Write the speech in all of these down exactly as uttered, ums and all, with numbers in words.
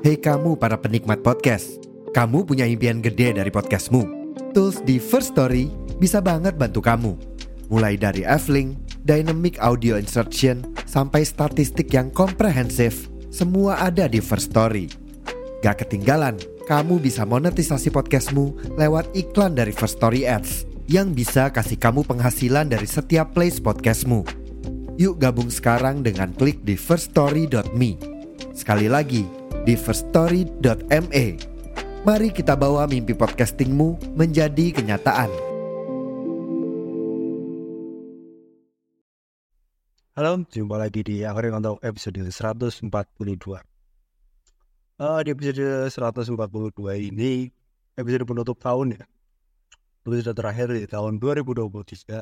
Hei kamu para penikmat podcast, kamu punya impian gede dari podcastmu. Tools di First Story bisa banget bantu kamu. Mulai dari F-Link, Dynamic Audio Insertion, sampai statistik yang komprehensif, semua ada di First Story. Gak ketinggalan, kamu bisa monetisasi podcastmu lewat iklan dari First Story Ads yang bisa kasih kamu penghasilan dari setiap plays podcastmu. Yuk gabung sekarang dengan klik di first story dot me. Sekali lagi, di first story dot me. Mari kita bawa mimpi podcastingmu menjadi kenyataan. Halo, jumpa lagi di Akhirnya Untuk episode seratus empat puluh dua. Uh, di episode seratus empat puluh dua ini episode penutup tahun ya. Episode terakhir di tahun dua ribu dua puluh tiga.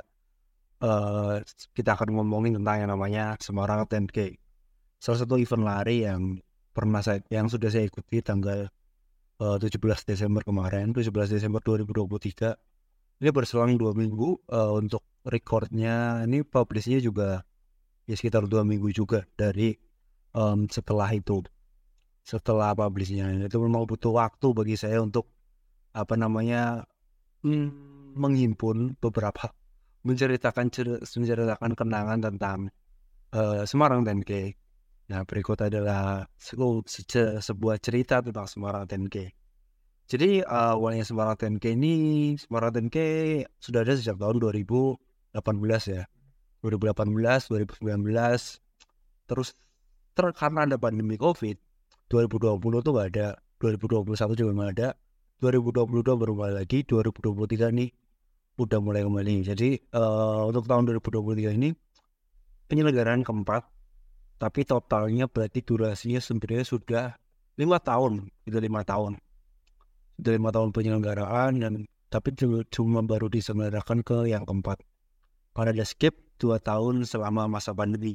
Uh, kita akan ngomongin tentang yang namanya Semarang ten K. Salah satu event lari yang pernah saya yang sudah saya ikuti tanggal uh, tujuh belas Desember kemarin, tujuh belas Desember dua ribu dua puluh tiga. Ini berselang dua minggu uh, untuk recordnya. Ini publishnya juga ya sekitar dua minggu juga dari um, setelah itu. Setelah publishnya itu memang butuh waktu bagi saya untuk apa namanya hmm, menghimpun beberapa menceritakan menceritakan kenangan tentang uh, Semarang ten K. Nah, berikut adalah se- sebuah cerita tentang Semarang ten K. Jadi uh, awalnya Semarang ten K ini, Semarang ten K sudah ada sejak tahun dua ribu delapan belas ya. dua ribu delapan belas, dua ribu sembilan belas. Terus ter- karena ada pandemi Covid, dua ribu dua puluh tuh gak ada, dua ribu dua puluh satu juga gak ada, dua ribu dua puluh dua baru mulai lagi, dua ribu dua puluh tiga nih udah mulai kembali. Jadi uh, untuk tahun dua ribu dua puluh tiga ini penyelenggaraan keempat. Tapi totalnya berarti durasinya sebenarnya sudah lima tahun, itu lima tahun, sudah lima tahun penyelenggaraan dan tapi cuma baru diselenggarakan ke yang keempat. Karena ada skip dua tahun selama masa pandemi.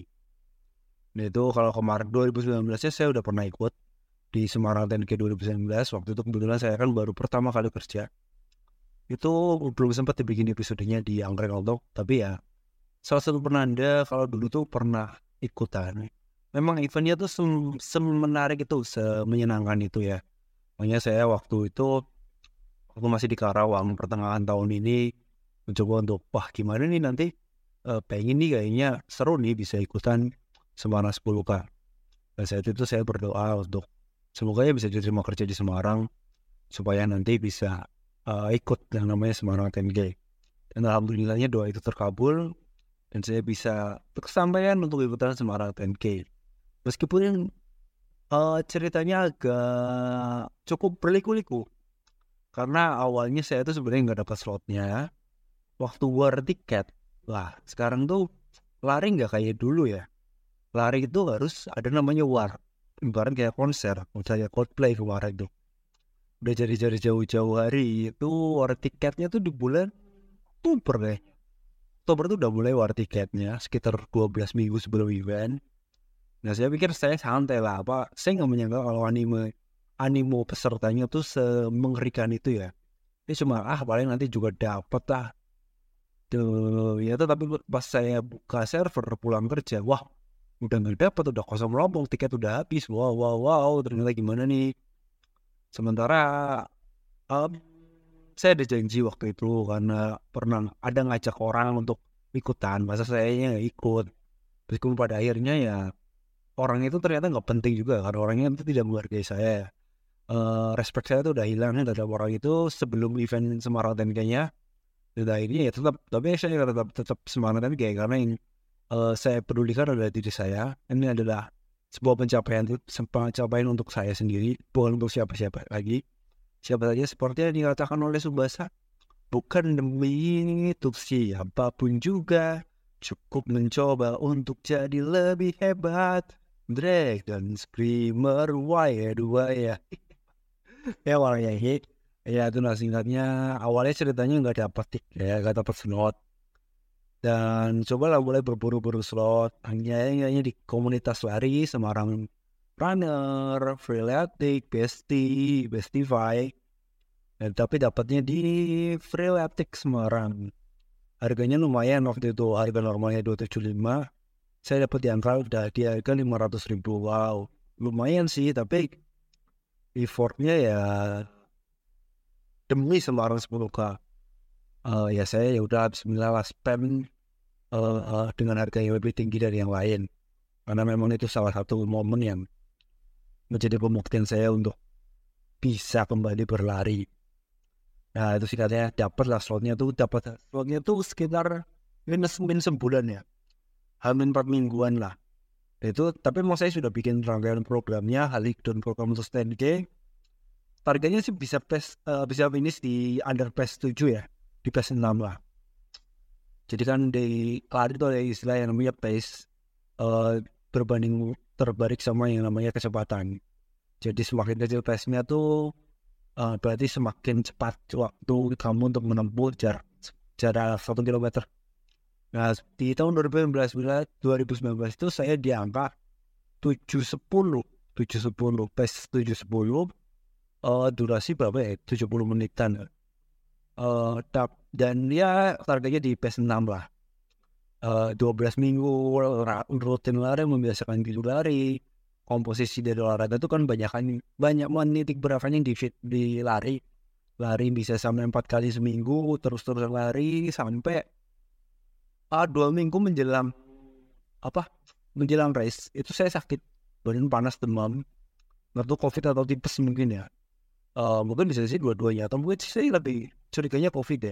Nah itu kalau kemarin dua ribu sembilan belas saya udah pernah ikut di Semarang ten K dua ribu sembilan belas. Waktu itu kebetulan saya kan baru pertama kali kerja. Itu belum sempat dibikin episodenya di Anggrek Alto, tapi ya salah satu penanda kalau dulu tuh pernah ikutan. Memang eventnya tuh sem- semenarik itu, semenyenangkan itu ya. Makanya saya waktu itu, waktu masih di Karawang pertengahan tahun ini, mencoba untuk, wah gimana nih nanti, uh, pengen nih kayaknya seru nih bisa ikutan Semarang sepuluh K. Dan saat itu saya berdoa untuk, semoga ya bisa diterima kerja di Semarang, supaya nanti bisa uh, ikut yang namanya Semarang ten K. Dan alhamdulillahnya doa itu terkabul, dan saya bisa kesampaian untuk ikutan Semarang ten K. Meskipun uh, ceritanya agak cukup berliku-liku. Karena awalnya saya tuh sebenarnya nggak dapat slotnya. Waktu war tiket, lah sekarang tuh lari nggak kayak dulu ya. Lari itu harus ada namanya war. Ibarat kayak konser, misalnya Coldplay kemarin tuh. Udah cari-cari jauh-jauh hari itu war tiketnya tuh di bulan Oktober deh. Oktober tuh udah mulai war tiketnya sekitar dua belas minggu sebelum event. Nah saya pikir saya santai lah, apa saya nggak menyangka kalau anime animo pesertanya tuh semengerikan itu ya. Ini cuma ah paling nanti juga dapat lah. Tuh ya tuh, tapi pas saya buka server pulang kerja, wah udah nggak dapat, udah kosong rombong, tiket udah habis. Wow wow wow, ternyata gimana nih? Sementara um, saya ada janji waktu itu karena pernah ada ngajak orang untuk ikutan, masa saya nggak ikut. Meskipun pada akhirnya ya orang itu ternyata nggak penting juga karena orangnya itu tidak menghargai saya. Uh, respect saya tuh udah hilang terhadap orang itu sebelum event Semarang ten K-nya. Dan ini ya tetap, tapi saya tetap tetap Semarang ten K karena yang uh, saya pedulikan adalah diri saya. Ini adalah sebuah pencapaian, pencapaian untuk saya sendiri, bukan untuk siapa-siapa lagi. Siapa saja seperti yang dikatakan oleh Subasa, bukan demi itu siapapun juga, cukup mencoba untuk jadi lebih hebat. Drake dan Screamer Y dua ya. Ya awalnya hit. Ya itu nah singkatnya. Awalnya ceritanya nggak dapat ya, nggak dapat slot. Dan cobalah mulai berburu-buru slot. Hanya hanya di komunitas lari Semarang Runner, Freeletics, Bestie, Bestify. Dan tapi dapatnya di Freeletics Semarang. Harganya lumayan waktu itu, harga normalnya dua ratus tujuh puluh lima. Saya dapat di angka udah di harga lima ratus ribu. Wow, lumayan sih, tapi effortnya ya demi Semarang sepuluh K. Uh, ya saya ya udah bismillah lah spend uh, uh, dengan harga yang lebih tinggi dari yang lain, karena memang itu salah satu momen yang menjadi pembuktian saya untuk bisa kembali berlari. Nah itu singkatnya dapat lah slotnya tuh dapat slotnya tuh sekitar minus min sebulan ya, hamin empat mingguan lah itu. Tapi memang saya sudah bikin rangkaian programnya, Halikdon program untuk ten K. Targetnya sih bisa pes uh, bisa finish di under pes tujuh ya, di pes enam lah. Jadi kan di lari itu ada istilah yang namanya pace uh, berbanding terbalik sama yang namanya kecepatan. Jadi semakin kecil pace-nya tuh uh, berarti semakin cepat waktu kamu untuk menempuh jarak jarak satu kilometer. Nah di tahun dua ribu sembilan belas itu saya di angka tujuh sepuluh tujuh sepuluh pace tujuh sepuluh. Uh, durasi berapa ya? tujuh puluh menitan. Uh, tap, dan ya targetnya di pace enam lah. Uh, dua belas minggu rutin lari, membiasakan diri lari. Komposisi dari olahraga itu kan banyak kan banyak menitik beratnya di fit di lari. Lari bisa sampai empat kali seminggu, terus-terus lari sampai uh, dua minggu menjelang apa? Menjelang race itu saya sakit, badan panas, demam. Nggak tahu COVID atau tipes mungkin ya. Uh, mungkin bisa sih dua-duanya, atau mungkin saya lebih curiganya COVID ya.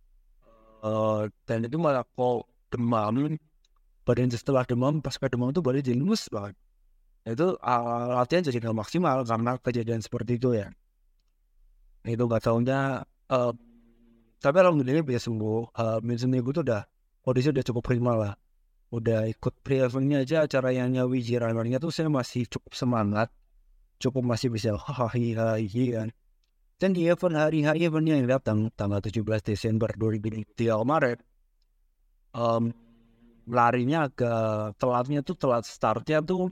Uh, dan itu malah kok demam, badan setelah demam, pasca demam itu badan jadi lemes banget. Itu uh, latihan jadi nggak maksimal karena kejadian seperti itu ya. Itu nggak tahunya, uh, tapi alhamdulillah bisa sembuh. Uh, seminggu itu udah kondisi udah cukup prima lah. Udah ikut pre-eventnya aja, acara yang nyawi runnernya tuh saya masih cukup semangat. Cukup masih bisa hahaha kan. Dan di event hari-hari eventnya yang datang tanggal tujuh belas Desember dua ribu dua puluh tiga kemarin, um, larinya agak telatnya tuh telat startnya tuh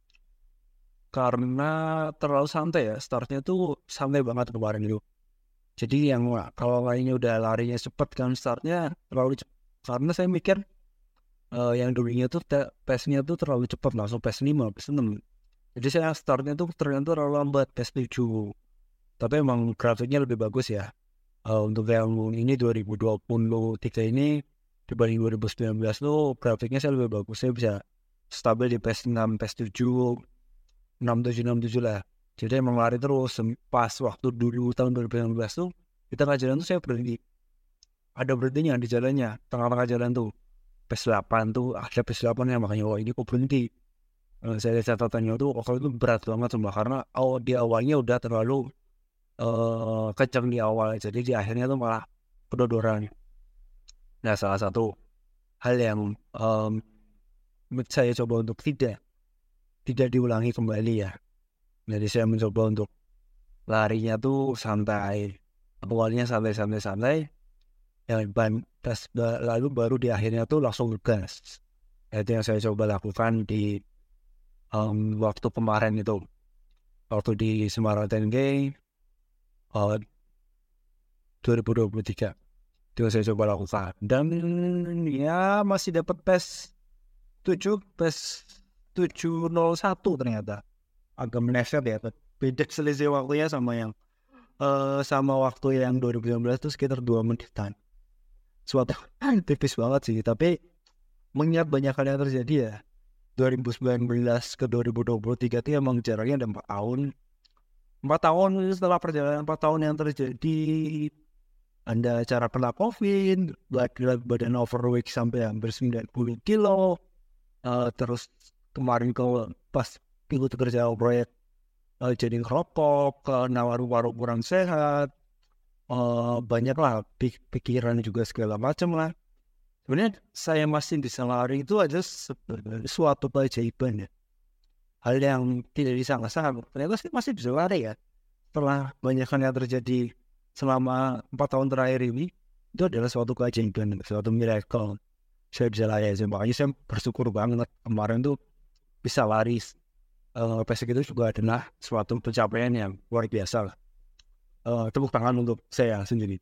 karena terlalu santai ya. Startnya tuh santai banget kemarin itu. Jadi yang kalau lainnya udah larinya cepet kan, startnya terlalu cepet. Karena saya mikir uh, yang dulunya tuh te- pace-nya tuh terlalu cepat, langsung pace lima, pace enam. Jadi saya startnya tuh ternyata terlalu lambat, pace tujuh. Tapi emang grafiknya lebih bagus ya. Uh, untuk yang ini dua ribu dua puluh tiga ini dibanding dua ribu sembilan belas tuh grafiknya saya lebih bagus. Saya bisa stabil di pace enam, pace tujuh, enam tujuh, enam tujuh lah. Jadi emang lari terus. Pas waktu dulu tahun dua ribu sembilan belas tuh di tengah jalan tuh saya berhenti. Ada berhentinya di jalannya, tengah-tengah jalan tuh. pace delapan tuh, ada pace delapan ya, makanya wah ini kok berhenti. Uh, saya lihat catatannya tuh, oh, kalau itu berat banget sumpah, karena oh, di awalnya udah terlalu uh, kencang di awal, jadi di akhirnya tuh malah kedodoran. Nah salah satu hal yang um, saya coba untuk tidak tidak diulangi kembali ya. Jadi saya mencoba untuk larinya tuh santai, awalnya santai-santai-santai, yang ban tes, lalu baru di akhirnya tuh langsung gas. Itu yang saya coba lakukan di Um, waktu kemarin itu, waktu di Semarang ten K uh, dua ribu dua puluh tiga itu saya coba lakukan, dan ya masih dapat pace tujuh, pace tujuh nol satu ternyata agak meleset ya, beda selisih waktunya sama yang uh, sama waktu yang dua ribu sembilan belas itu sekitar dua menitan, suatu tipis banget sih. Tapi mengingat banyak hal yang terjadi ya, dua ribu sembilan belas ke dua ribu dua puluh tiga itu emang jaraknya ada empat tahun. empat tahun setelah perjalanan empat tahun yang terjadi, ada acara kena COVID, badan overweight sampai hampir sembilan puluh kilo. Uh, terus kemarin kalau pas ikut kerja proyek uh, jadi ngerokok, ke nawar-warung kurang sehat, uh, banyak lah pik- pikiran juga segala macam lah. Sebenarnya saya masih bisa lari itu aja suatu keajaiban ya. Hal yang tidak disangka-sangka. Ternyata saya masih bisa lari ya. Setelah banyak hal yang terjadi selama empat tahun terakhir ini, itu adalah suatu keajaiban, suatu miracle. Saya bisa lari aja. Makanya saya bersyukur banget kemarin tuh bisa lari. Uh, P S G itu juga adalah suatu pencapaian yang luar biasa. Uh, tepuk tangan untuk saya sendiri.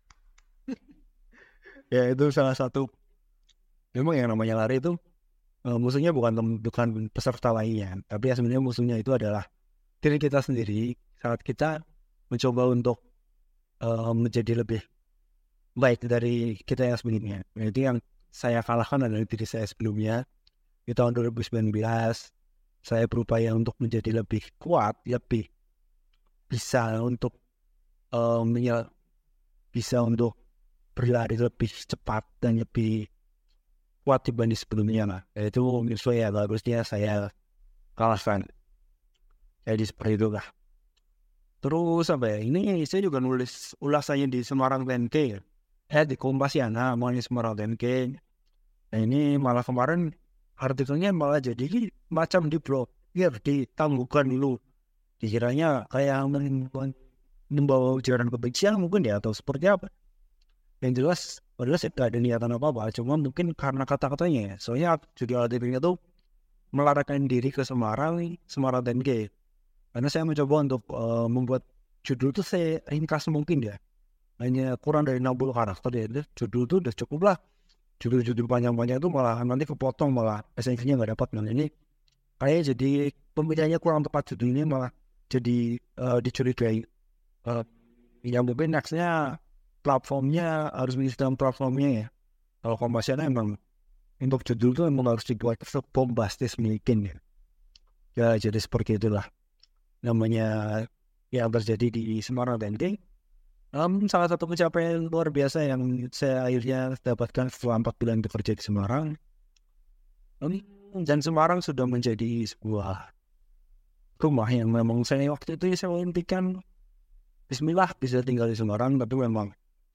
Ya itu salah satu. Memang yang namanya lari itu uh, musuhnya bukan bukan peserta lainnya, tapi ya sebenarnya musuhnya itu adalah diri kita sendiri. saat kita mencoba untuk uh, menjadi lebih baik dari kita yang sebelumnya. Jadi yang saya kalahkan adalah diri saya sebelumnya. Di tahun dua ribu sembilan belas saya berupaya untuk menjadi lebih kuat, lebih bisa untuk uh, menyel- bisa untuk berlari lebih cepat dan lebih kuat dibanding sebelumnya lah. Itu sesuai ya, harusnya saya kalahkan. Jadi seperti itu lah. Terus apa ya, ini saya juga nulis ulasannya di Semarang ten K ya. Eh di Kompas ya, nah maunya Semarang ten K. Nah ini malah kemarin artikelnya malah jadi macam di blog. Ya ditangguhkan dulu. Dikiranya kayak membawa ujaran kebencian mungkin ya, atau seperti apa. Yang jelas, padahal saya tidak ada niatan apa-apa. Cuma mungkin karena kata-katanya ya. Soalnya judul artikelnya tuh melarikan diri ke Semarang, Semarang ten K. Karena saya mencoba untuk uh, membuat judul itu saya ringkas mungkin ya. Hanya kurang dari enam puluh karakter ya. Judul itu udah cukup lah. Judul-judul panjang-panjang itu malah nanti kepotong, malah esensinya nggak dapat. Nah ini kayak jadi pemilihannya kurang tepat, judulnya malah jadi uh, dicurigai. Uh, yang mungkin nextnya platformnya harus mengizinkan platformnya ya. Kalau Kompasiana emang untuk judul itu emang harus dibuat bombastis mungkin ya. Ya jadi seperti itulah namanya yang terjadi di Semarang ten K. Um, salah satu pencapaian luar biasa yang saya akhirnya dapatkan setelah empat bulan bekerja di Semarang. Um, dan Semarang sudah menjadi sebuah rumah yang memang saya waktu itu saya impikan bismillah bisa tinggal di Semarang, tapi memang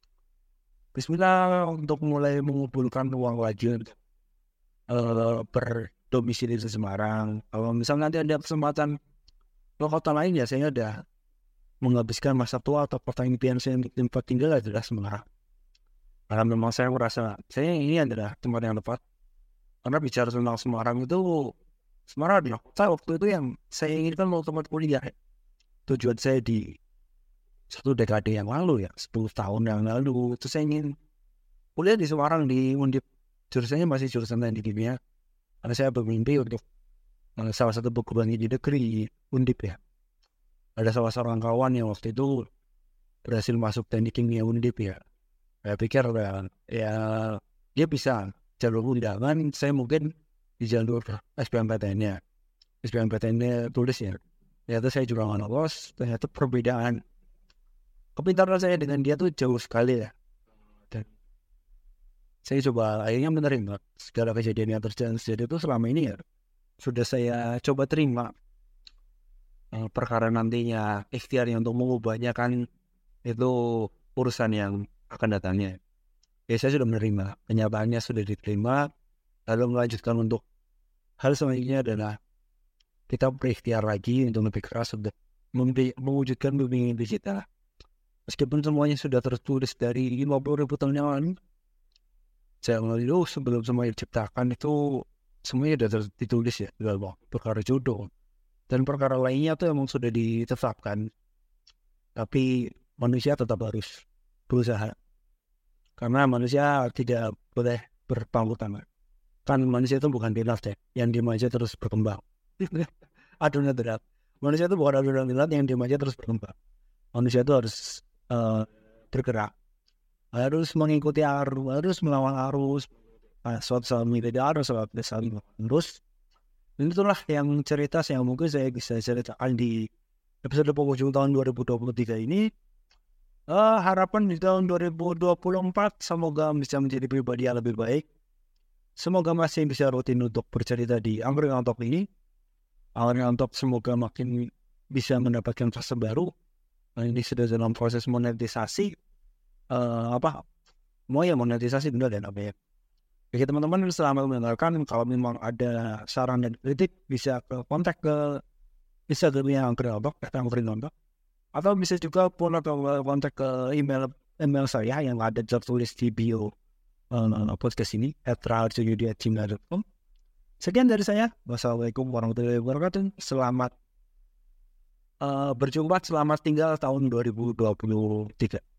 bismillah untuk mulai mengumpulkan uang lagi uh, berdomisili di Semarang. Kalau misalnya nanti ada kesempatan ke kota lain ya saya udah menghabiskan masa tua atau pertanyaan impian saya untuk tempat tinggal adalah Semarang. Karena memang saya merasa saya ini adalah tempat yang tepat. Karena bicara tentang Semarang itu, Semarang adalah kota waktu itu yang saya inginkan mau tempat kuliah. Tujuan saya di satu dekade yang lalu ya, sepuluh tahun yang lalu, itu saya ingin kuliah di Semarang di Undip. Jurusannya masih jurusan teknik kimia. Karena saya bermimpi untuk salah satu perguruan tinggi negeri Undip ya. Ada salah seorang kawan yang waktu itu berhasil masuk teknik kimia Undip ya. Saya pikir ya, ya dia bisa jalur undangan, saya mungkin di jalur S B M P T N-nya. S B M P T N-nya tulis ya. Ternyata saya juga nggak lolos. Ternyata perbedaan kepintaran saya dengan dia tuh jauh sekali ya. Dan saya coba akhirnya menerima segala kejadian yang terjadi itu selama ini ya. Sudah saya coba terima. Perkara nantinya ikhtiarnya untuk mengubahnya kan itu urusan yang akan datangnya. Ya saya sudah menerima, kenyataannya sudah diterima. Lalu melanjutkan untuk hal selanjutnya adalah kita berikhtiar lagi untuk lebih keras untuk mewujudkan mimpi kita. Meskipun semuanya sudah tertulis dari lima puluh ribu tahun yang lalu, saya mengalir sebelum semuanya diciptakan itu semuanya sudah ditulis ya dalam perkara jodoh. Dan perkara lainnya tuh emang sudah ditetapkan. Tapi manusia tetap harus berusaha. Karena manusia tidak boleh berpangku tangan. Kan manusia itu bukan dilat ya, yang diam aja terus berkembang. Adunan berat. Manusia itu bukan adunan dilat yang diam aja terus berkembang. Manusia itu harus uh, bergerak. Harus mengikuti arus, harus melawan arus. Nah, suatu saat tidak arus, suatu saat terus. Dan itulah yang cerita yang mungkin saya bisa ceritakan di episode penghujung tahun dua ribu dua puluh tiga ini. Uh, harapan di tahun dua ribu dua puluh empat semoga bisa menjadi pribadi yang lebih baik. Semoga masih bisa rutin untuk bercerita di Angkringan Talk ini. Angkringan Talk semoga makin bisa mendapatkan fase baru. Nah, ini sudah dalam proses monetisasi. Uh, apa? Mau ya monetisasi benar dan apa ya? Bagi teman-teman selama mendengarkan, kalau memang ada saran dan kritik bisa ke kontak ke Instagramnya Angkringan Talk, Angkringan Talk. Atau bisa juga pun atau kontak ke email email saya yang ada tertulis di bio uh, podcast ini at raharjoyudi at gmail dot com. Sekian dari saya. Wassalamualaikum warahmatullahi wabarakatuh. Selamat uh, berjumpa, selamat tinggal tahun dua ribu dua puluh tiga.